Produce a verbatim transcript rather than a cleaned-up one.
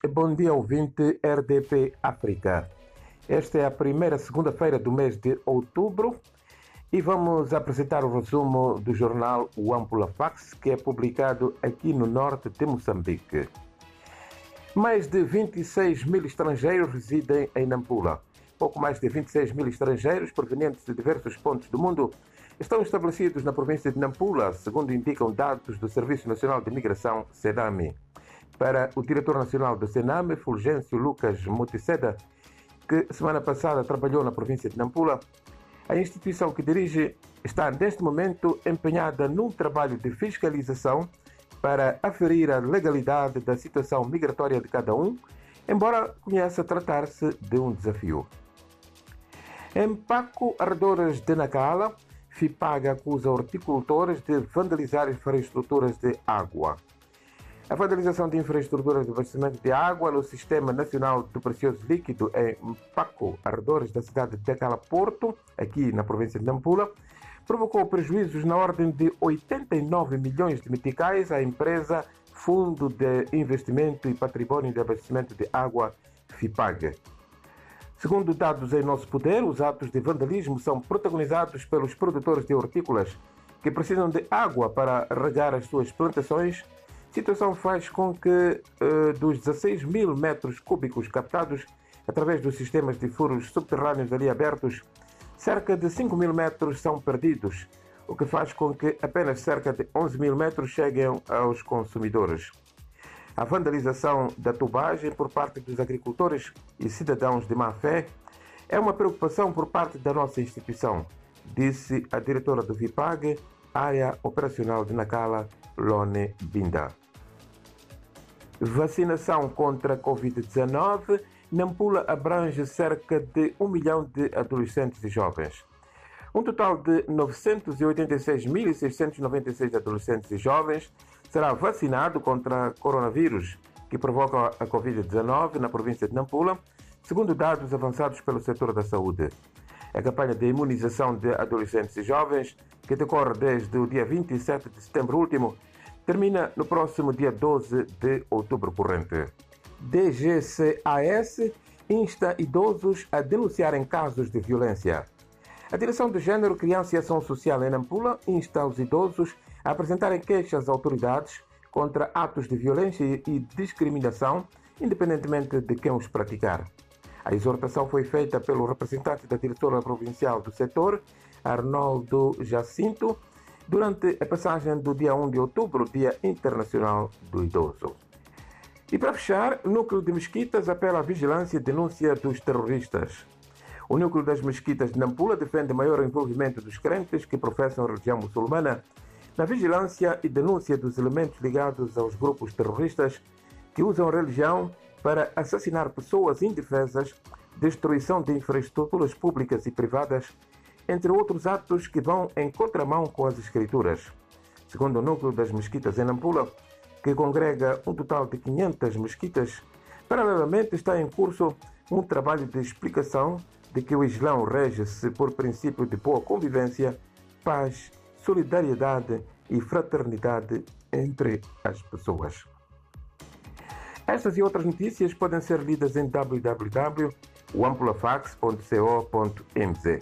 bom dia ouvinte R D P África. Esta é a primeira segunda-feira do mês de outubro e vamos apresentar o resumo do jornal O Ampula Fax, que é publicado aqui no norte de Moçambique. Mais de vinte e seis mil estrangeiros residem em Nampula. Pouco mais de vinte e seis mil estrangeiros provenientes de diversos pontos do mundo estão estabelecidos na província de Nampula, segundo indicam dados do Serviço Nacional de Migração, SENAMI. Para o diretor nacional do SENAMI, Fulgêncio Lucas Muticeda, que semana passada trabalhou na província de Nampula, a instituição que dirige está neste momento empenhada num trabalho de fiscalização para aferir a legalidade da situação migratória de cada um, embora conheça tratar-se de um desafio. Em Paco, arredores de Nacala, FIPAG acusa horticultores de vandalizar infraestruturas de água. A vandalização de infraestruturas de abastecimento de água no Sistema Nacional do Precioso Líquido em Mpaco, arredores da cidade de Nacala Porto, aqui na província de Nampula, provocou prejuízos na ordem de oitenta e nove milhões de meticais à empresa Fundo de Investimento e Património de Abastecimento de Água, FIPAG. Segundo dados em nosso poder, os atos de vandalismo são protagonizados pelos produtores de hortícolas que precisam de água para regar as suas plantações. Situação faz com que, uh, dos dezesseis mil metros cúbicos captados através dos sistemas de furos subterrâneos ali abertos, cerca de cinco mil metros são perdidos, o que faz com que apenas cerca de onze mil metros cheguem aos consumidores. A vandalização da tubagem por parte dos agricultores e cidadãos de má fé é uma preocupação por parte da nossa instituição, disse a diretora do FIPAG, área operacional de Nacala, Lone Binda. Vacinação contra a covid dezenove. Nampula abrange cerca de um milhão de adolescentes e jovens. Um total de novecentos e oitenta e seis mil seiscentos e noventa e seis adolescentes e jovens será vacinado contra coronavírus, que provoca a covid dezenove na província de Nampula, segundo dados avançados pelo setor da saúde. A campanha de imunização de adolescentes e jovens, que decorre desde o dia vinte e sete de setembro último, termina no próximo dia doze de outubro corrente. D G C A S insta idosos a denunciarem casos de violência. A Direção de Gênero, Criança e Ação Social em Nampula insta os idosos a apresentarem queixas às autoridades contra atos de violência e discriminação, independentemente de quem os praticar. A exortação foi feita pelo representante da diretora provincial do setor, Arnoldo Jacinto, durante a passagem do dia um de outubro, Dia Internacional do Idoso. E para fechar, o Núcleo de Mesquitas apela à vigilância e denúncia dos terroristas. O Núcleo das Mesquitas de Nampula defende maior envolvimento dos crentes que professam a religião muçulmana na vigilância e denúncia dos elementos ligados aos grupos terroristas que usam a religião para assassinar pessoas indefesas, destruição de infraestruturas públicas e privadas, entre outros atos que vão em contramão com as Escrituras. Segundo o Núcleo das Mesquitas em Nampula, que congrega um total de quinhentas mesquitas, paralelamente está em curso um trabalho de explicação de que o Islão rege-se por princípio de boa convivência, paz, solidariedade e fraternidade entre as pessoas. Estas e outras notícias podem ser lidas em w w w ponto o ampula fax ponto co ponto m z.